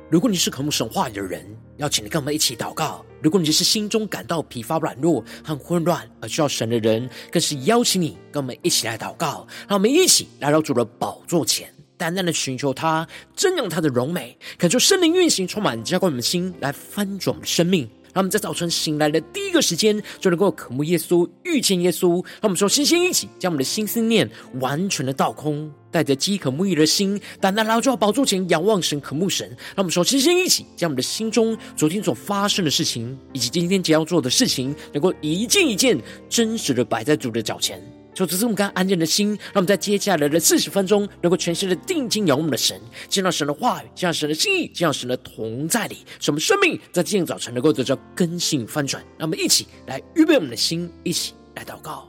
如果你是渴慕神话语的人，邀请你跟我们一起祷告。如果你是心中感到疲乏软弱和混乱而需要神的人，更是邀请你跟我们一起来祷告。让我们一起来到主的宝座前，单单的寻求他，瞻仰他的荣美，恳求圣灵运行充满浇灌我们的心，来翻转我们的生命。让我们在早晨醒来的第一个时间就能够渴慕耶稣，遇见耶稣。让我们说先一起将我们的心思念完全的倒空，带着饥渴沐浴的心，单单来到宝座前仰望神，渴慕神。让我们说先一起将我们的心中昨天所发生的事情，以及今天将要做的事情，能够一件一件真实的摆在主的脚前。求主赐我们安静的心，让我们在接下来的40分钟能够全心的定睛仰望我们的神，见到神的话语，见到神的心意，见到神的同在里，使我们生命在今天早晨能够得到更新翻转。让我们一起来预备我们的心，一起来祷告。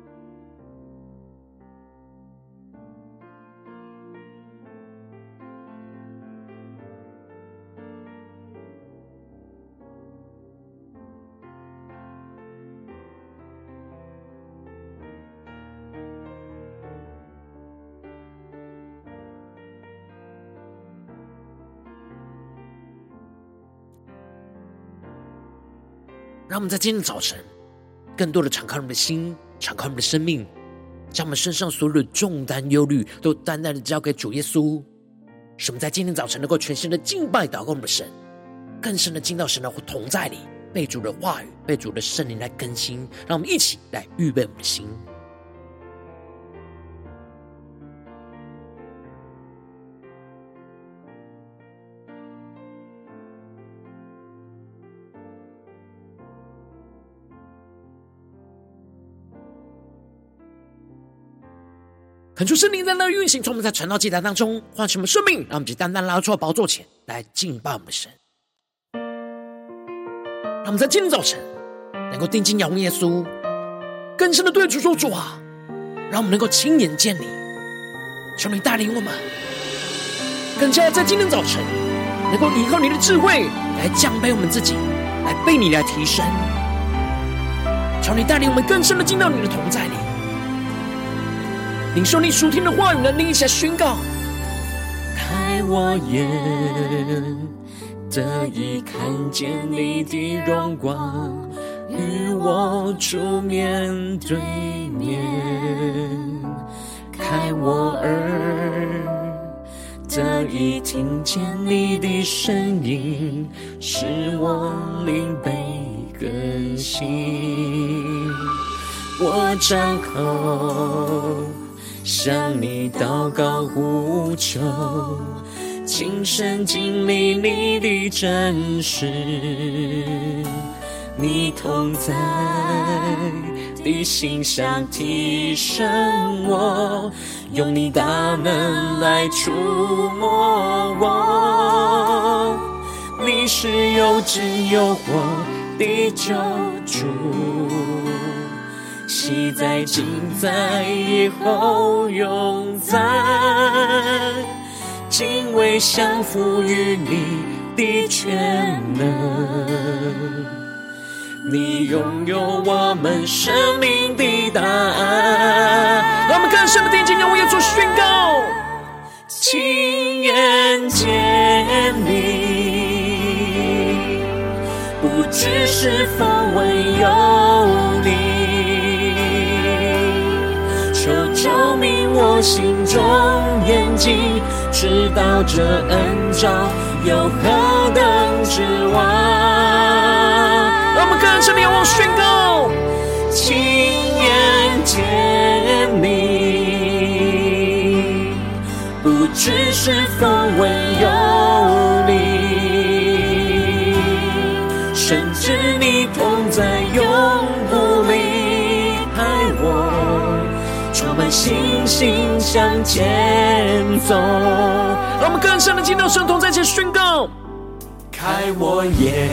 让我们在今天的早晨更多的敞开我们的心，敞开我们的生命，将我们身上所有的重担忧虑都单单的交给主耶稣，使我们在今天早晨能够全心的敬拜祷告我们的神，更深的进到神的同在里，被主的话语，被主的圣灵来更新。让我们一起来预备我们的心。恳求圣灵在那运行，从我们在传道祭坛当中唤醒我们生命，让我们单单拉出宝座前来敬拜我们的神。让我们在今天早晨能够定睛仰望耶稣，更深的对主说：主啊，让我们能够亲眼见你。求你带领我们更加在今天早晨能够依靠你的智慧来降卑我们自己，来被你来提升。求你带领我们更深的进到你的同在里，领受你属天的话语能力，一起来宣告。 开我眼，得以看见你的荣光，与我主面对面。开我耳，得以听见你的声音，使我灵被更新。我张口向你祷告呼求，亲身经历你的真实，你同在的形象提升我，用你大能来触摸我。你是有汁有活的救主，昔在今在以后永在，敬畏降服于你的全能，你拥有我们生命的答案。 让我们更深的定睛仰望耶稣，宣告： 亲眼见你，不只是风闻有你，照明我心中眼睛，知道这恩召有何等指望。 让我们更深的仰望宣告： 亲眼见你，不只是风闻有你，甚至你同在永不离开我，充满信心向前走。 让我们更深的进到神同在前宣告： 开我眼，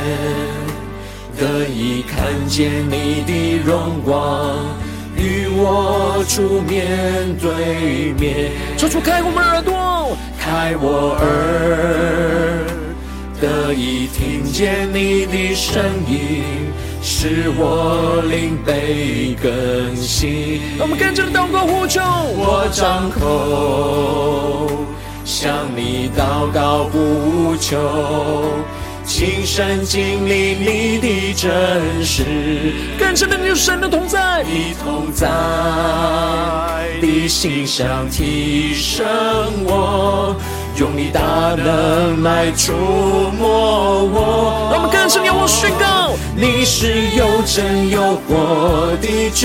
得以看见你的荣光，与我主面对面。 求主开我们耳朵， 开我耳，得以听见你的声音，使我灵被更新。 让我们跟着祷告呼求， 我张口向你祷告呼求，亲身经历你的真实， 更深的你有神的同在， 你同在的心上提升我，用你大能来触摸我。 让我们更深仰望宣告， 你是有真有活的救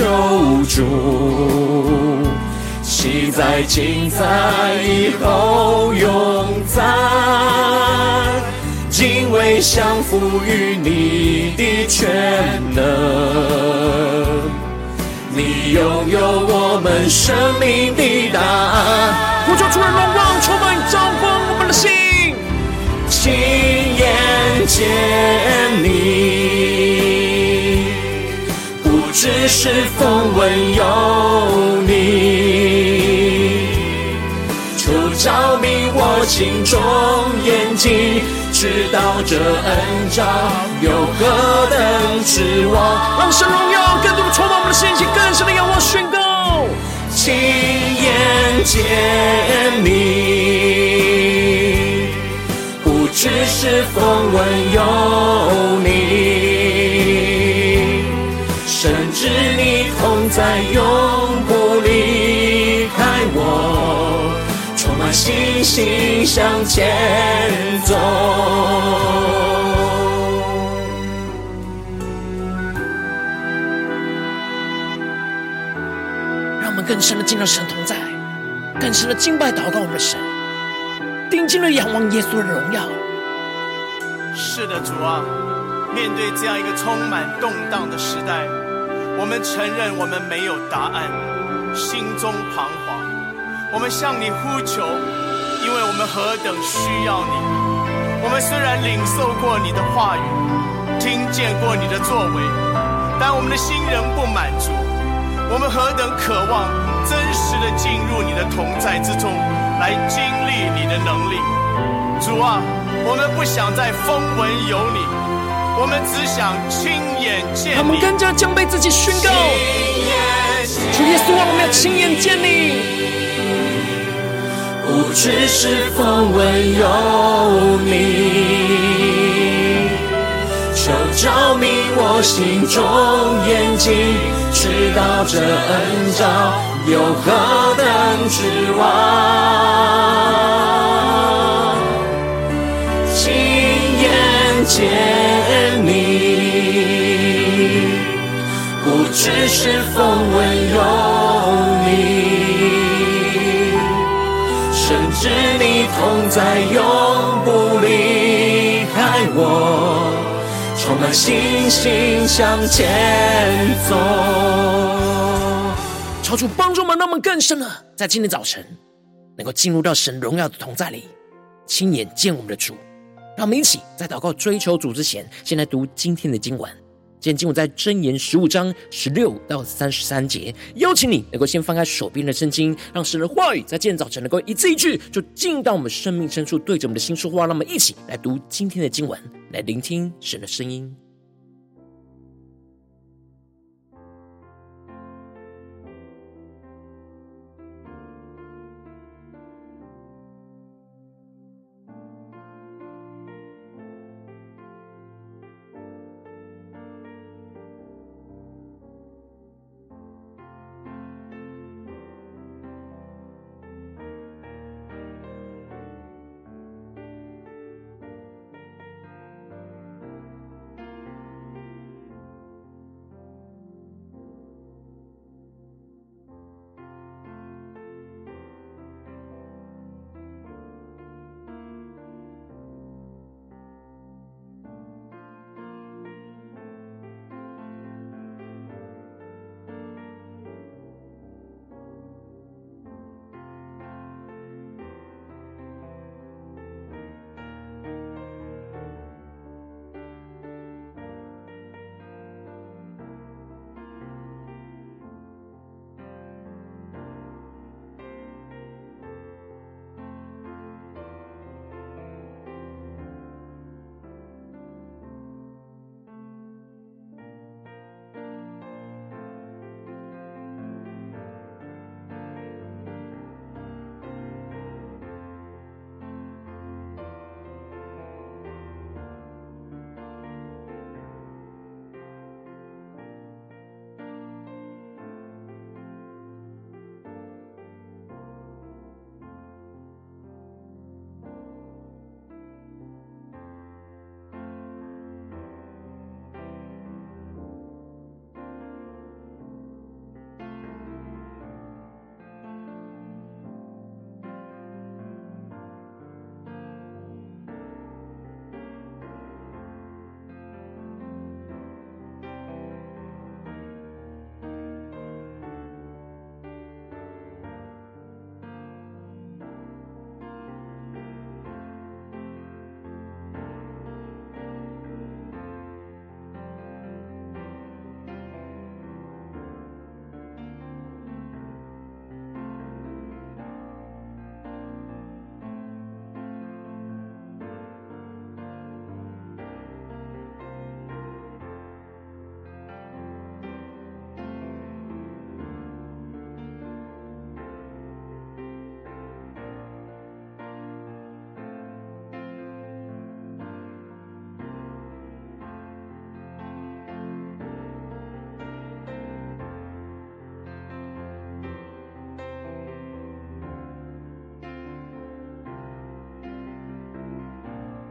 主，昔在今在以后永在，敬畏降服于你的全能，你拥有我们生命的答案。 呼求主的荣光充满照光我们的心， 亲眼见你，不只是风闻有你，求照明我心中眼睛，知道这恩召有何等指望。 让神荣耀更多的充满我们的心，更深的仰望宣告， 亲眼见你，不只是风闻有你，甚至你同在永不离开我，充满信心向前走。 让我们更深的进入神同在，更深的敬拜祷告我们的神，定睛的仰望耶稣的荣耀。 是的，主啊，面对这样一个充满动荡的时代，我们承认我们没有答案，心中彷徨，我们向你呼求，因为我们何等需要你。我们虽然领受过你的话语，听见过你的作为，但我们的心仍不满足。我们何等渴望真实的进入你的同在之中，来经历你的能力。主啊，我们不想再风闻有你，我们只想亲眼见你。 他们更加将被自己宣告，主耶稣啊，我们要亲眼见你， 不只是风闻有你，求照明我心中眼睛，知道这恩召有何等指望。亲眼见你，不只是风闻有你，甚至你同在永不离开我，充满信心向前走。 求主帮助我们，让我们更深的在今天早晨能够进入到神荣耀的同在里，亲眼见我们的主。让我们一起在祷告追求主之前，先来读今天的经文。今天经文在箴言15章16到33节，邀请你能够先翻开手边的圣经，让神的话语在今天早晨能够一字一句就进到我们生命深处，对着我们的心说话。让我们一起来读今天的经文，来聆听神的声音。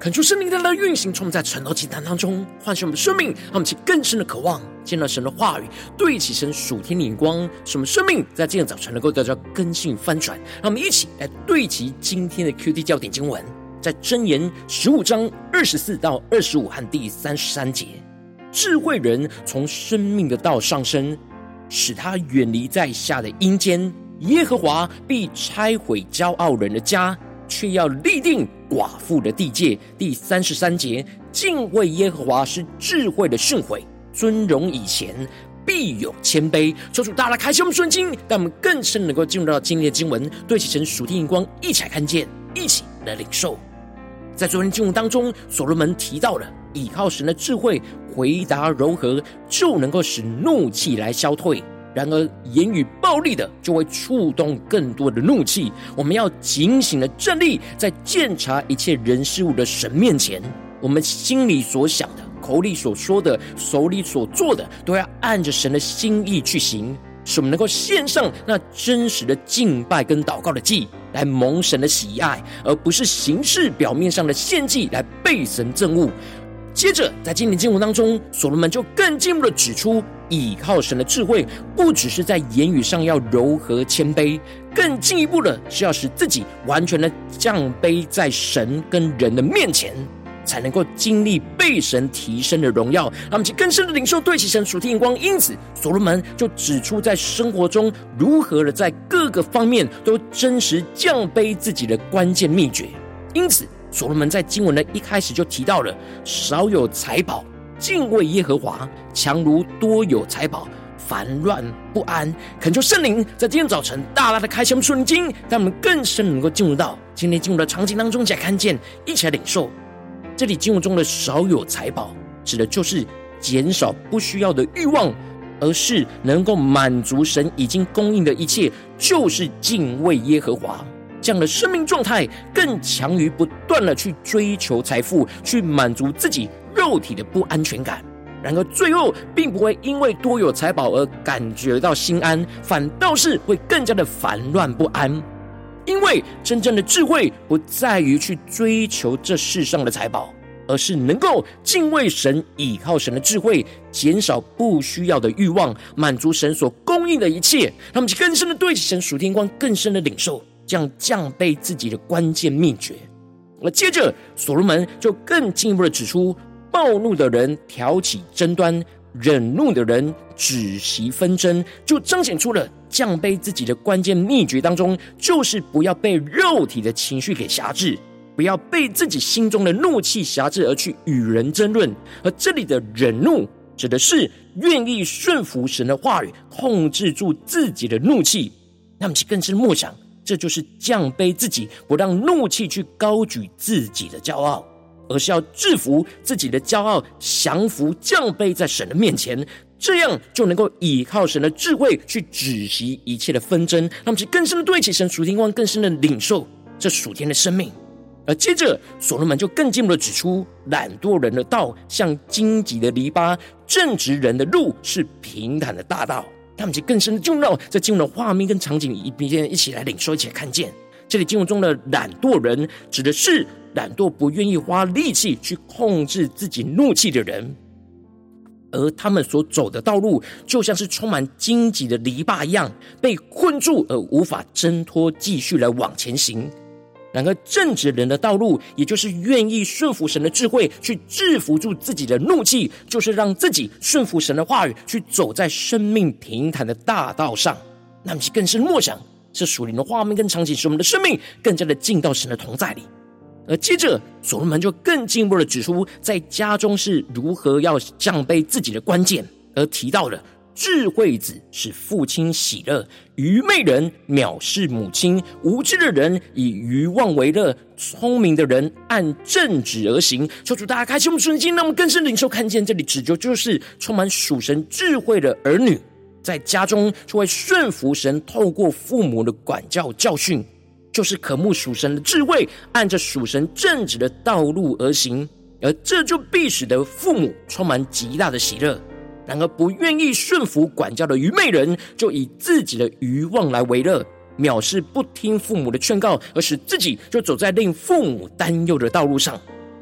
恳求圣灵的运行，充满在晨祷祭坛当中，唤醒我们的生命，让我们起更深的渴望见到神的话语，对齐神属天的眼光，使我们生命在今天早晨能够得到更新翻转。让我们一起来对齐今天的 QD 焦点经文，在箴言15章24到25和第33节。智慧人从生命的道上升，使他远离在下的阴间。耶和华必拆毁骄傲人的家，却要立定寡妇的地界。第33节，敬畏耶和华是智慧的训诲，尊荣以前必有谦卑。求主大家来开启我们圣经，让我们更深能够进入到今天的经文，对齐神属天眼光，一起来看见，一起来领受。在昨天经文当中，所罗门提到了倚靠神的智慧，回答柔和，就能够使怒气来消退。然而言语暴力的就会触动更多的怒气，我们要警醒的站立在鉴察一切人事物的神面前，我们心里所想的，口里所说的，手里所做的，都要按着神的心意去行，使我们能够献上那真实的敬拜跟祷告的祭，来蒙神的喜爱，而不是形式表面上的献祭来被神憎恶。接着在今天经文当中，所罗门就更进一步的指出，倚靠神的智慧不只是在言语上要柔和谦卑，更进一步的是要使自己完全的降卑在神跟人的面前，才能够经历被神提升的荣耀，让我们去更深的领受对齐神属天眼光。因此所罗门就指出在生活中如何的在各个方面都真实降卑自己的关键秘诀。因此所罗门在经文的一开始就提到了，少有财宝敬畏耶和华，强如多有财宝烦乱不安。恳求圣灵在今天早晨大大的开启我们属灵经，让我们更深能够进入到今天进入的场景当中，一起来看见，一起来领受。这里经文中的少有财宝，指的就是减少不需要的欲望，而是能够满足神已经供应的一切，就是敬畏耶和华。这样的生命状态更强于不断的去追求财富，去满足自己肉体的不安全感。然而最后并不会因为多有财宝而感觉到心安，反倒是会更加的烦乱不安。因为真正的智慧不在于去追求这世上的财宝，而是能够敬畏神，倚靠神的智慧，减少不需要的欲望，满足神所供应的一切。让我们更深的对神属天光，更深的领受这样降卑自己的关键秘诀。而接着所罗门就更进一步的指出，暴怒的人挑起争端，忍怒的人止息纷争，就彰显出了降卑自己的关键秘诀当中，就是不要被肉体的情绪给辖制，不要被自己心中的怒气辖制而去与人争论。而这里的忍怒指的是愿意顺服神的话语，控制住自己的怒气。那么更是默想，这就是降卑自己，不让怒气去高举自己的骄傲，而是要制服自己的骄傲，降服降卑在神的面前，这样就能够依靠神的智慧去止息一切的纷争。让我们更深的对齐神属天光，更深的领受这属天的生命。而接着所罗门就更进一步的指出，懒惰人的道像荆棘的篱笆，正直人的路是平坦的大道。他们就更深的进入到这经文的画面跟场景，一起来领受，一起来看见。这里经文中的懒惰人指的是懒惰不愿意花力气去控制自己怒气的人，而他们所走的道路就像是充满荆棘的篱笆一样，被困住而无法挣脱，继续来往前行。然而正直人的道路，也就是愿意顺服神的智慧，去制服住自己的怒气，就是让自己顺服神的话语，去走在生命平坦的大道上。那么更深默想这属灵的画面跟场景，使我们的生命更加的进到神的同在里。而接着所罗门就更进一步的指出，在家中是如何要降卑自己的关键，而提到了智慧子使父亲喜乐，愚昧人藐视母亲，无知的人以愚妄为乐，聪明的人按正直而行。求主大家开启我们圣经，让我们更深领受看见，这里指就是充满属神智慧的儿女，在家中就会顺服神，透过父母的管教教训，就是渴慕属神的智慧，按着属神正直的道路而行，而这就必使得父母充满极大的喜乐。然而不愿意顺服管教的愚昧人，就以自己的愚妄来为乐，藐视不听父母的劝告，而使自己就走在令父母担忧的道路上。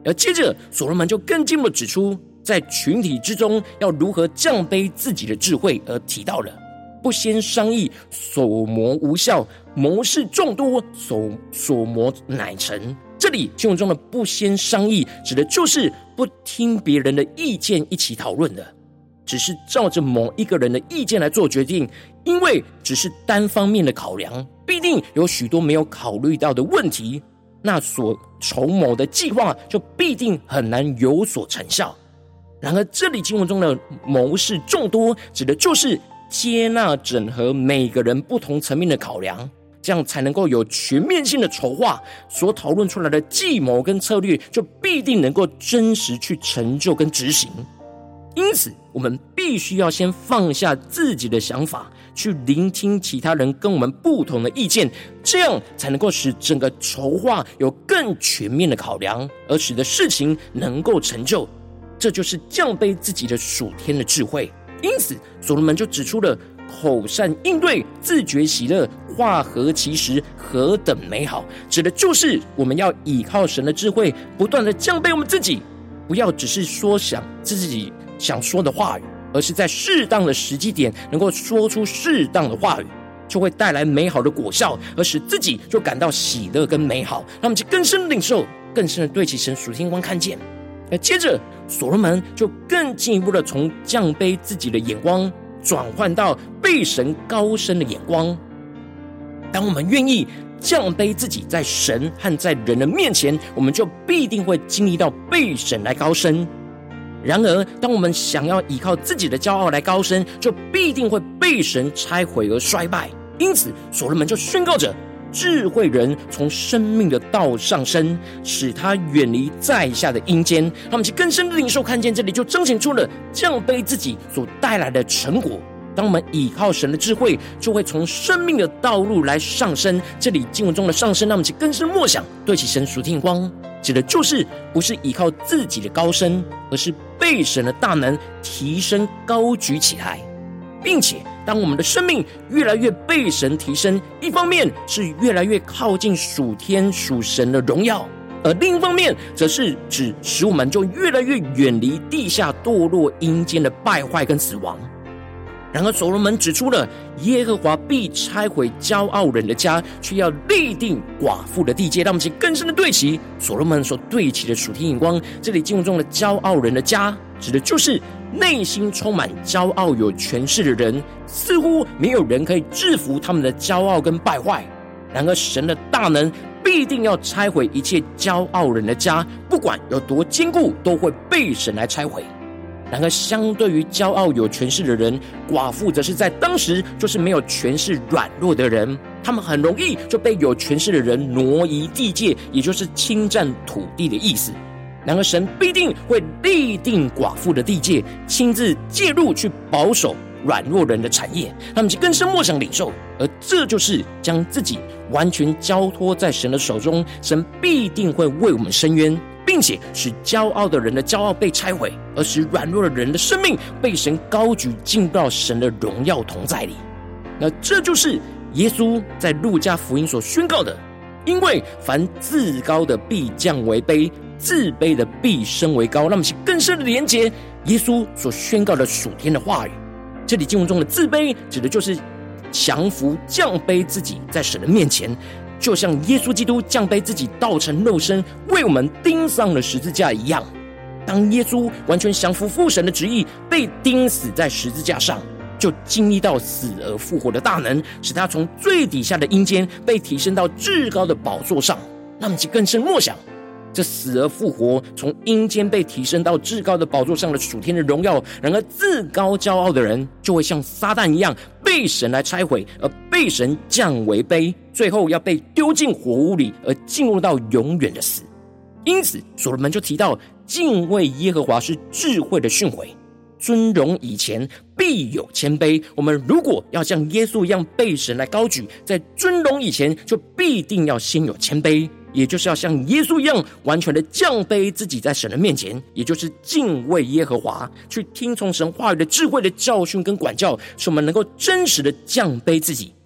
而接着所罗门就更进一步指出，在群体之中要如何降卑自己的智慧，而提到了不先商议，所谋无效；谋士众多，所谋乃成。这里经文中的不先商议，指的就是不听别人的意见一起讨论的，只是照着某一个人的意见来做决定，因为只是单方面的考量，必定有许多没有考虑到的问题，那所筹谋的计划就必定很难有所成效。然而这里经文中的谋士众多，指的就是接纳整合每个人不同层面的考量，这样才能够有全面性的筹划，所讨论出来的计谋跟策略就必定能够真实去成就跟执行。因此我们必须要先放下自己的想法，去聆听其他人跟我们不同的意见，这样才能够使整个筹划有更全面的考量，而使得事情能够成就。这就是降卑自己的属天的智慧。因此所罗门就指出了口善应对，自觉喜乐，话合其时，何等美好，指的就是我们要依靠神的智慧，不断的降卑我们自己，不要只是说想自己想说的话语，而是在适当的时机点能够说出适当的话语，就会带来美好的果效，而使自己就感到喜乐跟美好，让我们去更深的领受，更深的对其神属天光看见。而接着所罗门就更进一步的从降卑自己的眼光转换到被神高升的眼光。当我们愿意降卑自己在神和在人的面前，我们就必定会经历到被神来高升。然而当我们想要依靠自己的骄傲来高升，就必定会被神拆毁而衰败。因此所罗门就宣告着，智慧人从生命的道上升，使他远离在下的阴间。他们去更深的领受看见，这里就彰显出了降卑自己所带来的成果。当我们倚靠神的智慧，就会从生命的道路来上升。这里经文中的上升，让我们去更深默想，对其神属天光，指的就是不是依靠自己的高升，而是被神的大能提升高举起来。并且当我们的生命越来越被神提升，一方面是越来越靠近属天属神的荣耀，而另一方面则是指使我们就越来越远离地下堕落阴间的败坏跟死亡。然而所罗门指出了耶和华必拆毁骄傲人的家，却要立定寡妇的地界。让我们去更深的对齐所罗门所对齐的属天眼光。这里经文中的骄傲人的家，指的就是内心充满骄傲有权势的人，似乎没有人可以制服他们的骄傲跟败坏。然而神的大能必定要拆毁一切骄傲人的家，不管有多坚固，都会被神来拆毁。然而相对于骄傲有权势的人，寡妇则是在当时就是没有权势软弱的人，他们很容易就被有权势的人挪移地界，也就是侵占土地的意思。然而神必定会立定寡妇的地界，亲自介入去保守软弱人的产业，他们就更深默想领受。而这就是将自己完全交托在神的手中，神必定会为我们伸冤，并且使骄傲的人的骄傲被拆毁，而使软弱的人的生命被神高举，进到神的荣耀同在里。那这就是耶稣在路加福音所宣告的，因为凡自高的必降为卑，自卑的必升为高。让我们更深的连结耶稣所宣告的属天的话语。这里经文中的自卑，指的就是降服降卑自己在神的面前，就像耶稣基督降卑自己道成肉身，为我们钉上了十字架一样。当耶稣完全降服父神的旨意，被钉死在十字架上，就经历到死而复活的大能，使他从最底下的阴间被提升到至高的宝座上。让我们更深默想这死而复活，从阴间被提升到至高的宝座上的属天的荣耀。然而自高骄傲的人，就会像撒旦一样被神来拆毁，而被神降为卑，最后要被丢进火屋里，而进入到永远的死。因此所罗门就提到，敬畏耶和华是智慧的训诲，尊荣以前必有谦卑。我们如果要像耶稣一样被神来高举，在尊荣以前就必定要先有谦卑，也就是要像耶稣一样完全的降卑自己在神的面前，也就是敬畏耶和华，去听从神话语的智慧的教训跟管教，使我们能够真实的降卑自己，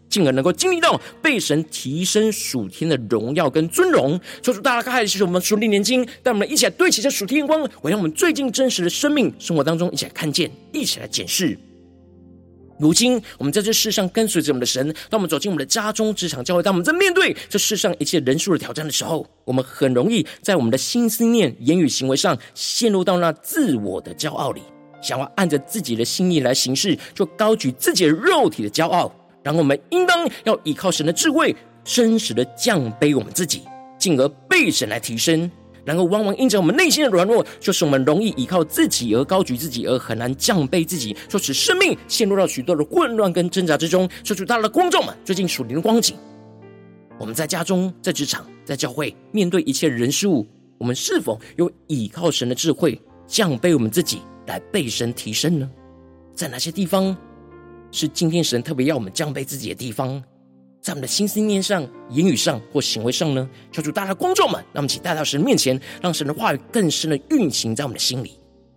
进而能够经历到被神提升属天的荣耀跟尊荣。求主大家开始我们属灵年经，带我们一起来对齐这属天眼光，回让我们最近真实的生命生活当中一起来看见，一起来检视。如今我们在这世上跟随着我们的神，当我们走进我们的家中、职场、教会，当我们在面对这世上一切人数的挑战的时候，我们很容易在我们的心思念、言语行为上陷入到那自我的骄傲里，想要按着自己的心意来行事，就高举自己的肉体的骄傲。然后我们应当要依靠神的智慧，真实的降卑我们自己，进而被神来提升。然后往往因着我们内心的软弱，就是我们容易依靠自己而高举自己，而很难降卑自己，就使生命陷入到许多的混乱跟挣扎之中。求主大家的光照们最近属灵的光景，我们在家中、在职场、在教会，面对一切人事物，我们是否有依靠神的智慧降卑我们自己，来被神提升呢？在哪些地方是今天神特别要我们降卑自己的地方？在我们的心思念上、言语上或行为上呢？求主大家的光照们，让我们一起带到神面前，让神的话语更深的运行在我们的心里。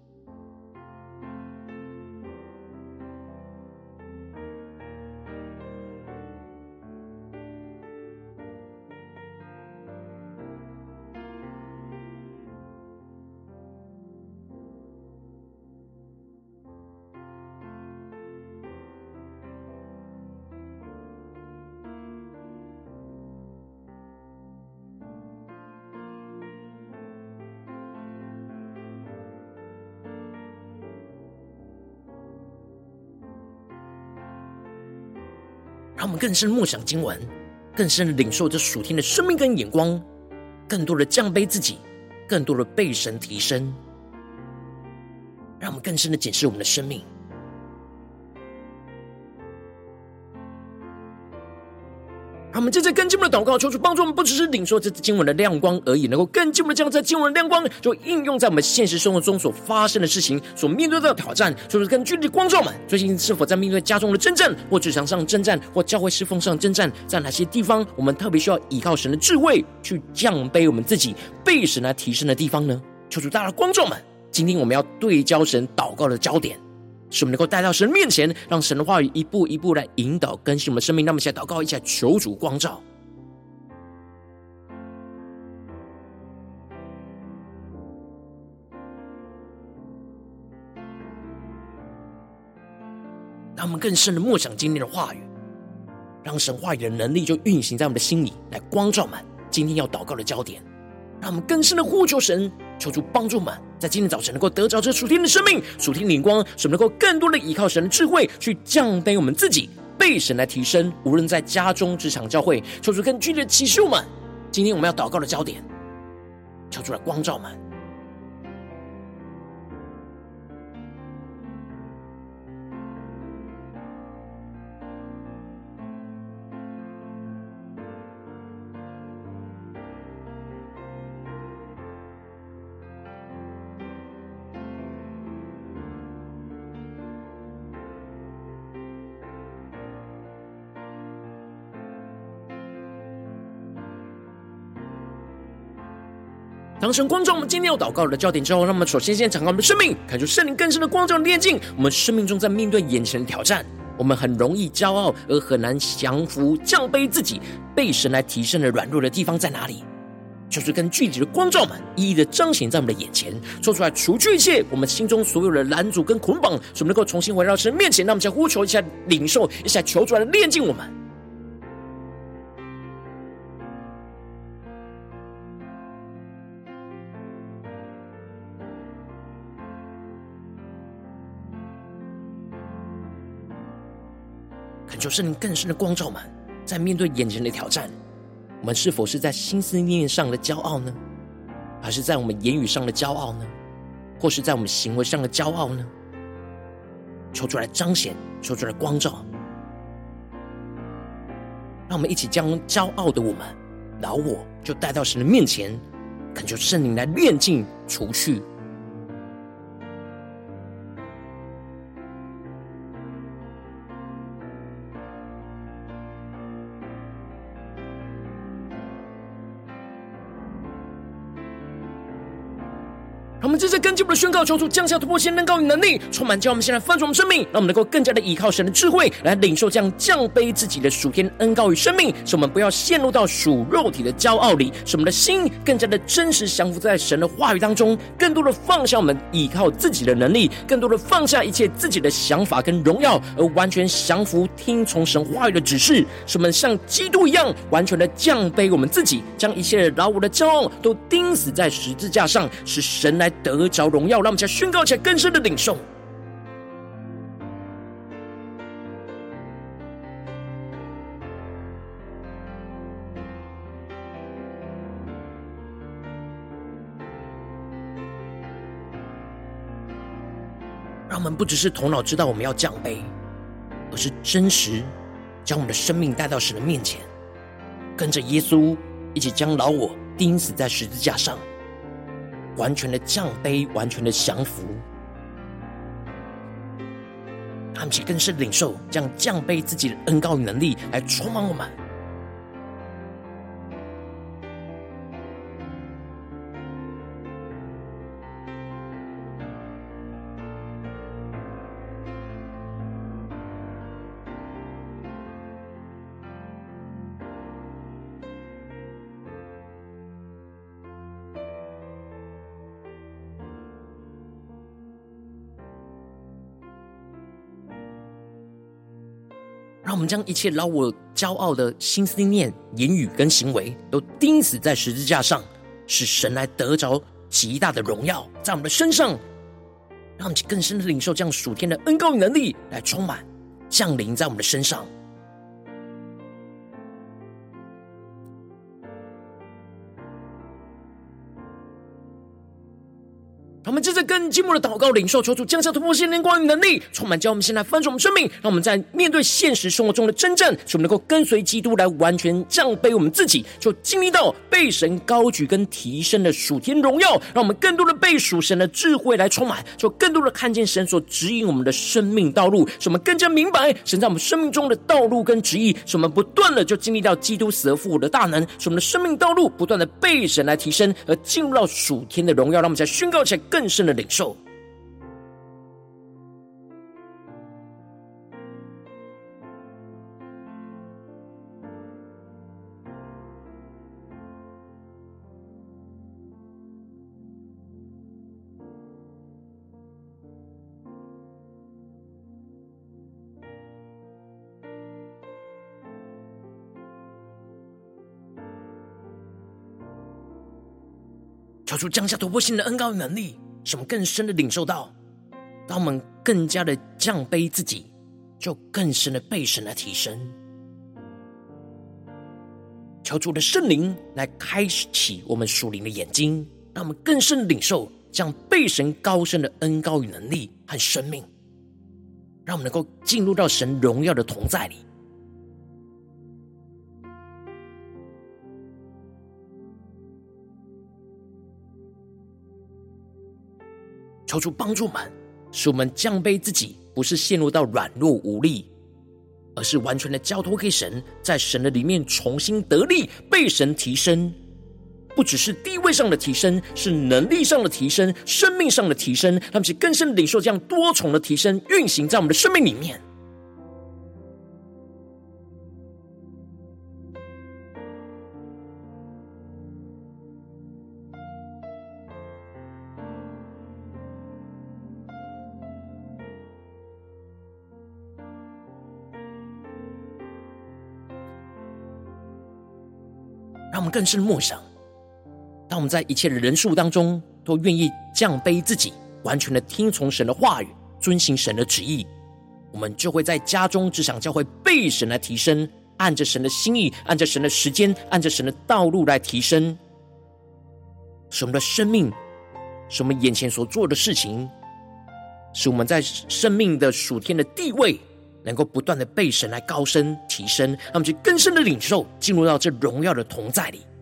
让我们更深默想经文，更深的领受这属天的生命跟眼光，更多的降卑自己，更多的被神提升，让我们更深的检视我们的生命。让我们接着更进一步的祷告，求主帮助我们，不只是领受这经文的亮光而已，能够更进一步的将这经文的亮光就应用在我们现实生活中所发生的事情，所面对到的挑战。就是更具体的光照们，最近是否在面对家中的征战，或职场上的征战，或教会侍奉上的征战，在哪些地方我们特别需要依靠神的智慧去降卑我们自己，被神来提升的地方呢？求主大家的光照们，今天我们要对焦神祷告的焦点，使我们能够带到神面前，让神的话语一步一步来引导更新我们的生命。那么一起来祷告，一起来求主光照。让我们更深的默想今天的话语，让神话语的能力就运行在我们的心里，来光照满今天要祷告的焦点。让我们更深的呼求神，求主帮助我们在今天早晨能够得着这属天的生命、属天的灵光，使我们能够更多的依靠神的智慧去降卑我们自己，被神来提升。无论在家中、职场、教会，求主更具体的启示我们今天我们要祷告的焦点，求主来光照我们。当神光照我们今天要祷告的焦点之后，让我们首先敞开我们的生命，看出圣灵更深的光照炼净我们生命中在面对眼前的挑战，我们很容易骄傲而很难降服降卑自己，被神来提升的软弱的地方在哪里？就是跟具体的光照们一一的彰显在我们的眼前，说出来，除去一切我们心中所有的拦阻跟捆绑，使我们能够重新回到神面前。让我们再呼求一下，领受一下，求主来炼净我们。恳求圣灵更深的光照们，在面对眼前的挑战，我们是否是在心思念上的骄傲呢？还是在我们言语上的骄傲呢？或是在我们行为上的骄傲呢？求出来彰显，求出来光照，让我们一起将骄傲的我们、老我就带到神的面前，恳求圣灵来炼净除去。 让我们接着跟进我们的宣告，求主降下突破性能高与能力，充满叫我们现在翻转我们生命，让我们能够更加的依靠神的智慧，来领受这样降卑自己的属天恩高与生命，使我们不要陷入到属肉体的骄傲里，使我们的心更加的真实降服在神的话语当中，更多的放下我们依靠自己的能力，更多的放下一切自己的想法跟荣耀，而完全降服听从神话语的指示，使我们像基督一样完全的降卑我们自己，将一切老我的骄傲都钉死在十字架上，使神来得着荣耀。让我们再宣告起来更深的领受。让我们不只是头脑知道我们要降卑，而是真实将我们的生命带到神的面前，跟着耶稣一起将老我钉死在十字架上，完全的降卑，完全的降服。他们更是领受这样降卑自己的恩膏与能力来充满我们。让我们将一切老我骄傲的心思念、言语跟行为都钉死在十字架上，使神来得着极大的荣耀在我们的身上，让我们更深的领受这样属天的恩膏与能力来充满降临在我们的身上。让我们接着更进一步的祷告，领受求主降下突破性灵光与能力，充满教我们现在翻转我们生命，让我们在面对现实生活中的征战，使我们能够跟随基督来完全降卑我们自己，就经历到被神高举跟提升的属天荣耀，让我们更多的被属神的智慧来充满，就更多的看见神所指引我们的生命道路，使我们更加明白神在我们生命中的道路跟旨意，使我们不断的就经历到基督死而复活的大能，使我们的生命道路不断的被神来提升，而进入到属天的荣耀，让我们再宣告起来更深的领受。求主降下突破性的恩膏与能力，使我们更深的领受到，当我们更加的降卑自己，就更深的被神来提升。求主的圣灵来开启我们属灵的眼睛，让我们更深的领受这样被神高升的恩膏与能力和生命，让我们能够进入到神荣耀的同在里。求主帮助我们，使我们降卑自己，不是陷入到软弱无力，而是完全的交托给神，在神的里面重新得力，被神提升。不只是地位上的提升，是能力上的提升，生命上的提升，让我们更深领受这样多重的提升运行在我们的生命里面。让我们更深默想，当我们在一切的人数当中都愿意降卑自己，完全的听从神的话语，遵行神的旨意，我们就会在家中、职场、教会被神来提升，按着神的心意，按着神的时间，按着神的道路来提升，使我们的生命，使我们眼前所做的事情，使我们在生命的属天的地位能够不断的被神来高升提升，让我们去更深的领受，进入到这荣耀的同在里。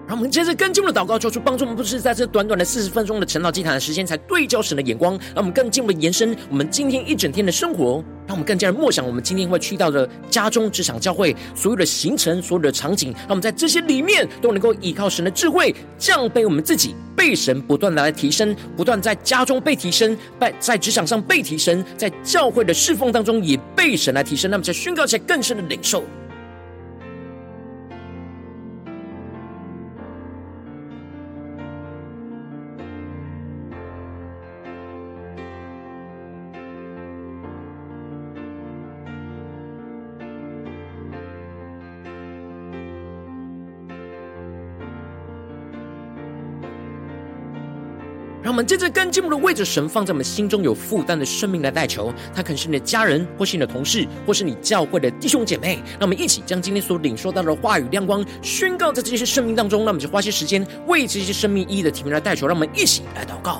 让我们接着跟进我们的祷告，求主帮助我们，不是在这短短的40分钟的晨祷祭坛的时间才对焦神的眼光，让我们更进一步的延伸我们今天一整天的生活，让我们更加的默想我们今天会去到的家中、职场、教会所有的行程、所有的场景，让我们在这些里面都能够依靠神的智慧，降卑我们自己，被神不断的来提升，不断在家中被提升，在职场上被提升，在教会的侍奉当中也被神来提升，让我们在宣告起来更深的领受。让我们接着更进一步的为着神放在我们心中有负担的生命来代求，他可能是你的家人，或是你的同事，或是你教会的弟兄姐妹。让我们一起将今天所领受到的话语亮光宣告在这些生命当中，让我们就花些时间为这些生命一一的提名来代求。让我们一起来祷告。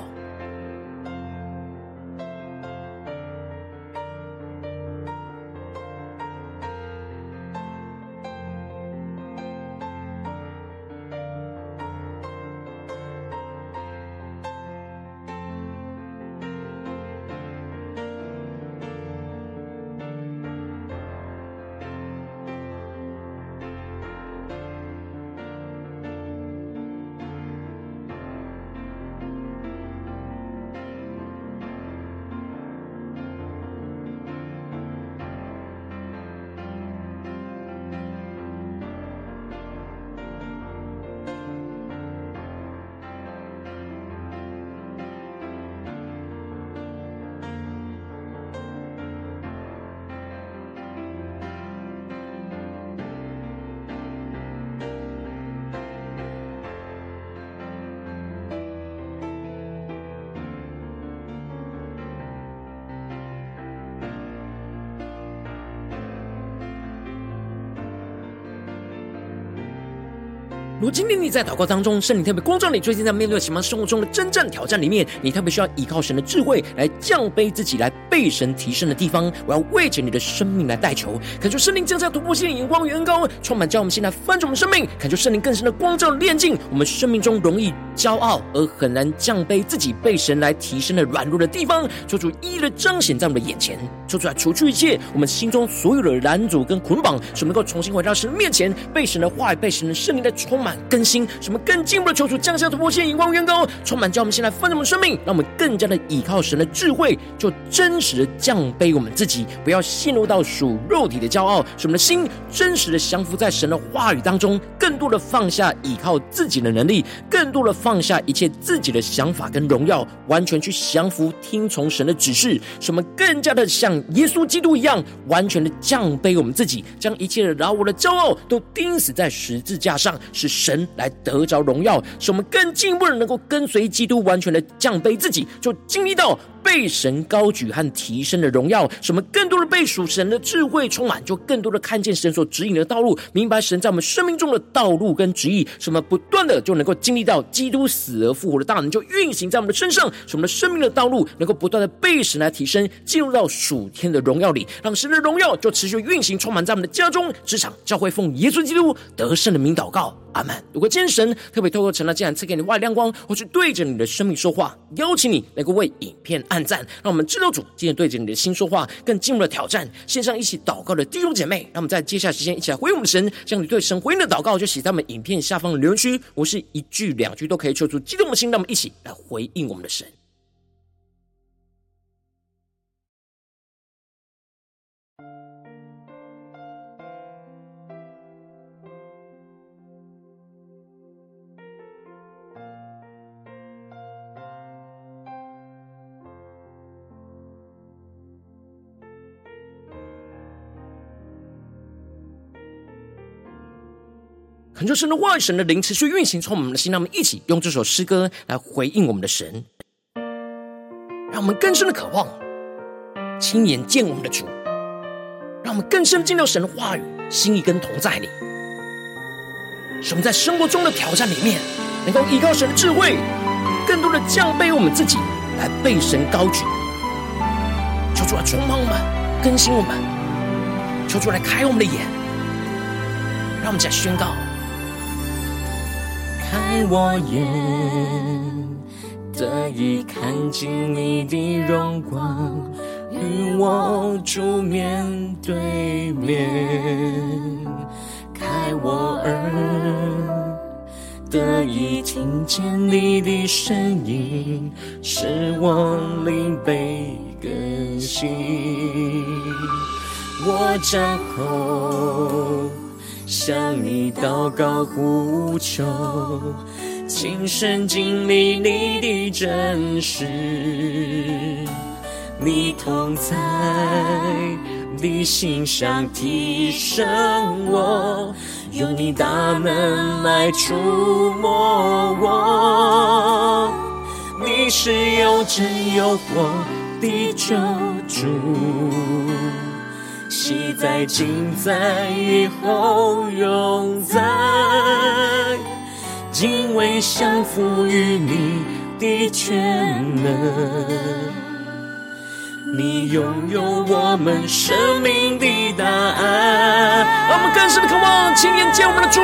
如果今天你在祷告当中，圣灵特别光照你，最近在面对情况生活中的征战挑战里面，你特别需要依靠神的智慧来降卑自己，来被神提升的地方，我要为着你的生命来代求，恳求圣灵降下突破性的眼光与恩膏，充满叫我们现在翻转我们生命，恳求圣灵更深的光照炼净我们生命中容易骄傲而很难降卑自己被神来提升的软弱的地方，求主一一的彰显在我们的眼前，求主来除去一切我们心中所有的拦阻跟捆绑，使我们能够重新回到神的面前，被神的话语，被神的圣灵来充满更新，使我们更进一步的求主降下突破性眼光远高，充满叫我们现在翻转我们生命，让我们更加的依靠神的智慧，就真实的降卑我们自己，不要陷入到属肉体的骄傲，使我们的心真实的降服在神的话语当中，更多的放下依靠自己的能力，更多的放下一切自己的想法跟荣耀，完全去降服听从神的指示，使我们更加的像耶稣基督一样，完全的降卑我们自己，将一切的老我的骄傲都钉死在十字架上，使神来得着荣耀，使我们更进一步的能够跟随基督，完全的降卑自己，就经历到被神高举和提升的荣耀，使我们更多的被属神的智慧充满，就更多的看见神所指引的道路，明白神在我们生命中的道路跟旨意，使我们不断的就能够经历到基督死而复活的大能，就运行在我们的身上，使我们的生命的道路能够不断的被神来提升，进入到属天的荣耀里，让神的荣耀就持续运行，充满在我们的家中、职场、教会，奉耶稣基督得胜的名祷告，阿们。如果今天神特别透过晨祷祭坛赐给你话语亮光，或是对着你的生命说话，邀请你能够为影片按赞，让我们知道主今天对着你的心说话，更进入了挑战。线上一起祷告的弟兄姐妹，让我们在接下来时间一起来回应我们的神，将你对神回应的祷告就写在我们影片下方的留言区，我是一句两句都可以求出激动的心，让我们一起来回应我们的神。恳求神的话语、神的灵持续运行从我们的心，让我们一起用这首诗歌来回应我们的神，让我们更深的渴望亲眼见我们的主，让我们更深进入神的话语、心意跟同在里，使我们在生活中的挑战里面能够依靠神的智慧，更多的降卑我们自己，来被神高举。求主来充满我们，更新我们，求主来开我们的眼，让我们再宣告开我眼，得以看见你的荣光，与我主面对面。开我耳，得以听见你的声音，使我灵被更新。我张口向你祷告呼求，亲身经历你的真实，你同在的心上提升我，用你大能来触摸我。你是有真有活的救主，昔在今在以后永在，敬畏降服于你的全能，你拥有我们生命的答案。 让我们更深的渴望亲眼见我们的主，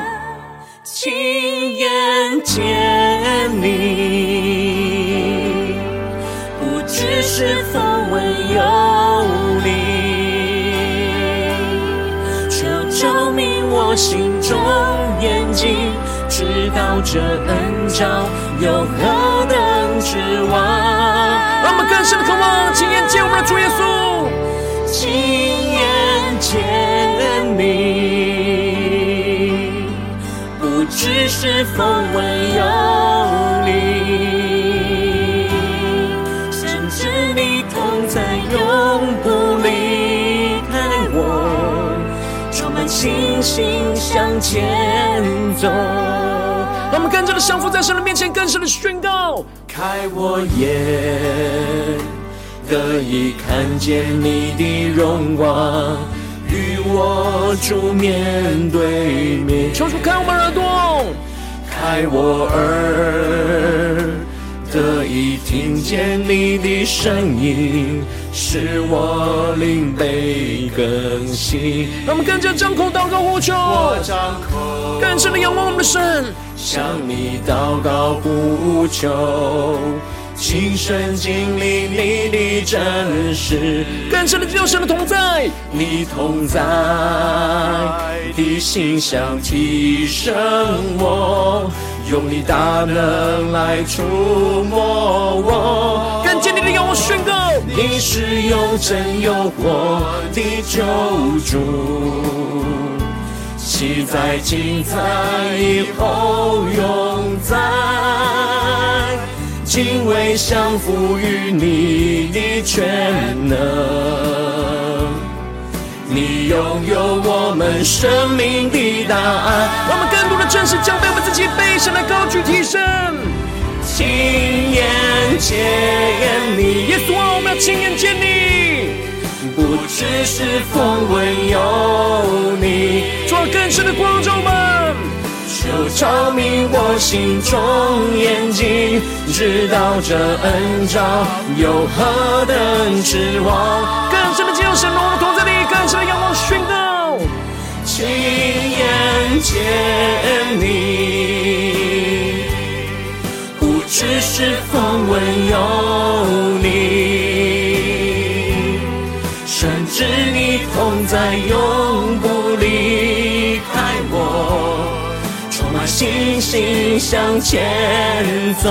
亲眼见你，不只是风闻有你，求照明我心中眼睛，知道这恩召有何等指望。 让我们更深的渴望亲眼见我们的主耶稣， 亲眼见你，不只是风闻有你，甚至你同在永不离开我，充满信心向前走。 让我们更加的降服在神的面前，更深的宣告。 开我眼，得以看见你的荣光，与我主面对面。 求主开我们耳朵， 开我耳，得以听见你的声音，使我灵被更新。 让我们更加张口祷告呼求， 我张口更深的仰望我们的神， 向你祷告呼求，亲身经历你的真实， 更深的进入神的同在， 你同在的心想提升我，用你大能来触摸我。 更坚定的仰望宣告， 你是有真有活的救主，昔在今在以后永在，敬畏降服于你的全能，你拥有我们生命的答案。 让我们更多的正视将被我们自己被神来高举提升， 亲眼见你， 耶稣啊，我们要亲眼见你， 不只是风闻有你， 做更深的光照们， 求照明我心中眼睛，知道这恩召有何等指望。 更深的进入神荣的同在里，更深的仰望宣告， 亲眼见你，不只是风闻有你，甚至你同在永不离开我，充满信心向前走。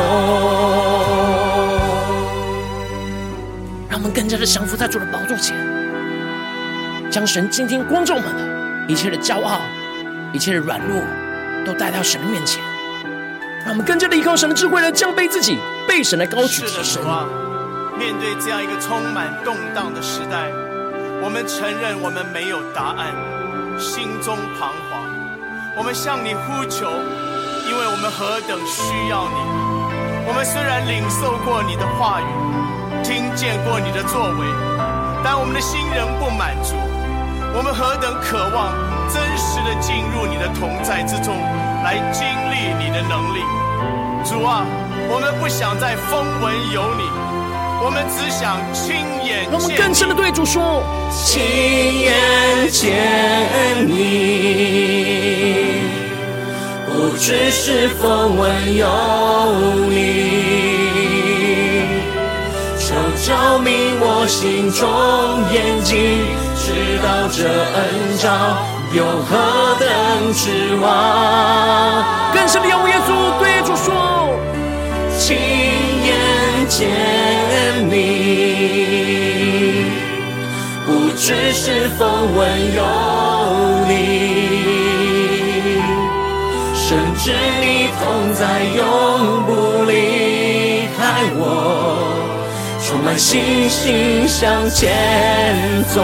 让我们更加的降服在主的宝座前，将神今天光照我们的一切的骄傲、一切的软弱都带到神的面前，让我们更加的依靠神的智慧来降卑自己，被神来高举提升。 面对这样一个充满动荡的时代，我们承认我们没有答案，心中彷徨。我们向你呼求，因为我们何等需要你。我们虽然领受过你的话语，听见过你的作为，但我们的心仍不满足。我们何等渴望真实的进入你的同在之中，来经历你的能力。主啊，我们不想再风闻有你，我们只想亲眼见你。 让我们更深的对主说， 亲眼见你，不知是否闻有你，求照明我心中眼睛，知道这恩召有何等指望。 更深的仰望耶稣，对主说， 亲眼见你，不知是否闻有你，深知你同在永不离开我，充满信心向前走。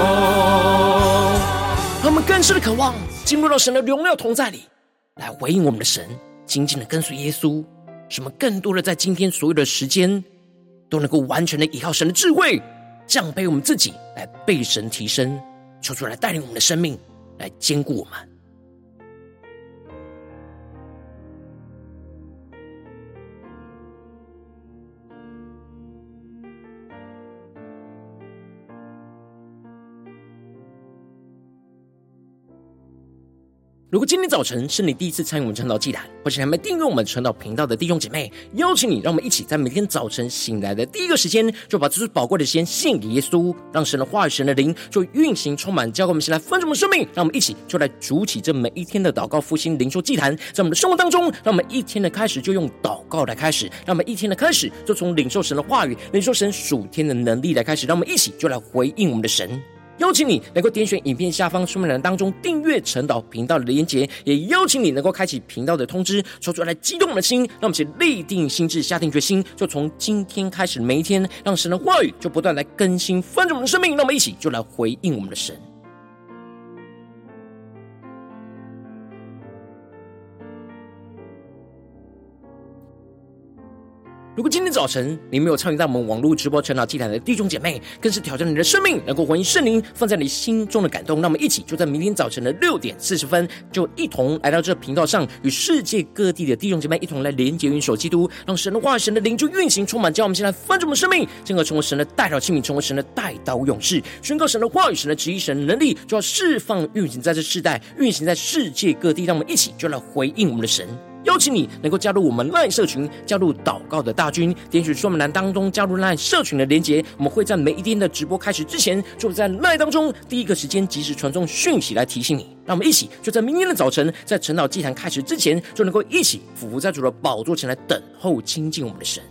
让我们更深的渴望进入到神的荣耀同在里，来回应我们的神，紧紧的跟随耶稣，使我们更多的在今天所有的时间都能够完全的依靠神的智慧，降卑我们自己，来被神提升，求主来带领我们的生命，来坚固我们。如果今天早晨是你第一次参与我们晨祷祭坛，或是还没订阅我们晨祷频道的弟兄姐妹，邀请你让我们一起在每天早晨醒来的第一个时间，就把这最宝贵的时间献给耶稣，让神的话语、神的灵就运行充满，交给我们，先来分盛我们生命。让我们一起就来主起这每一天的祷告复兴灵修祭坛，在我们的生活当中，让我们一天的开始就用祷告来开始，让我们一天的开始就从领受神的话语、领受神属天的能力来开始，让我们一起就来回应我们的神。邀请你能够点选影片下方说明栏当中订阅晨祷频道的连结，也邀请你能够开启频道的通知，说出来激动我们的心，让我们一起立定心志，下定决心，就从今天开始每一天，让神的话语就不断来更新翻转我们的生命。让我们一起就来回应我们的神。如果今天早晨你没有参与到我们网络直播晨祷祭坛的弟兄姐妹，更是挑战你的生命，能够回应圣灵放在你心中的感动。那么一起就在明天早晨的6点40分，就一同来到这频道上，与世界各地的弟兄姐妹一同来连结、云手基督，让神的话、神的灵就运行充满，叫我们现在翻转我们生命，进而成为神的代祷器皿，成为神的代祷勇士，宣告神的话语、神的旨意、神的能力，就要释放运行在这世代，运行在世界各地。让我们一起就来回应我们的神。邀请你能够加入我们 LINE 社群，加入祷告的大军，点选说明栏当中加入 LINE 社群的连结。我们会在每一天的直播开始之前，就在 LINE 当中第一个时间及时传送讯息来提醒你。让我们一起就在明天的早晨，在晨祷祭坛开始之前，就能够一起俯伏在主的宝座前来等候亲近我们的神。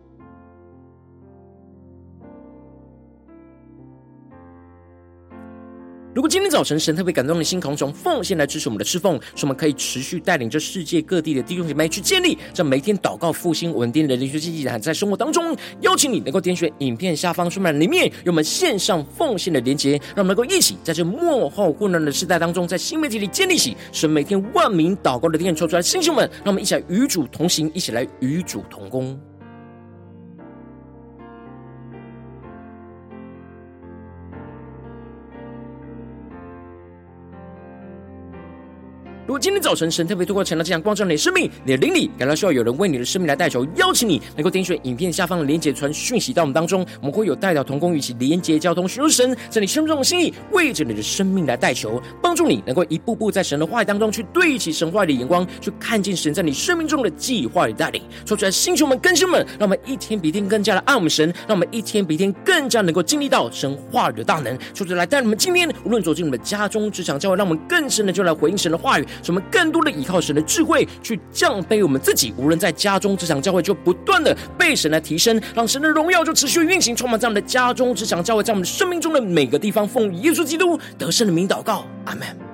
如果今天早晨神特别感动的心，从奉献来支持我们的侍奉，使我们可以持续带领着世界各地的弟兄姐妹去建立这每天祷告复兴稳定的灵修祭坛，在生活当中，邀请你能够点选影片下方说明栏里面有我们线上奉献的连结，让我们能够一起在这末后混乱的时代当中，在新媒体里建立起神每天万名祷告的殿，抽出来弟兄们，让我们一起来与主同行，一起来与主同工。如果今天早晨神特别透过晨祷这样光照你的生命，你的灵里感到需要有人为你的生命来代求，邀请你能够点选影片下方的连结，传讯息到我们当中，我们会有代祷同工，与其连结交通，寻求神在你生命中的心意，为着你的生命来代求，帮助你能够一步步在神的话语当中去对齐神话语的眼光，去看见神在你生命中的计划与带领。说出来星球们更新们，让我们一天比一天更加的爱我们神，让我们一天比一天更加能够经历到神话语的大能。说出来带我们今天无论走进我们的家中职场教会，让我们更深的就来回应神的话语，使我们更多的依靠神的智慧去降卑我们自己，无论在家中职场教会就不断的被神来提升，让神的荣耀就持续运行充满在我们的家中职场教会，在我们的生命中的每个地方。奉耶稣基督得胜的名祷告，阿们。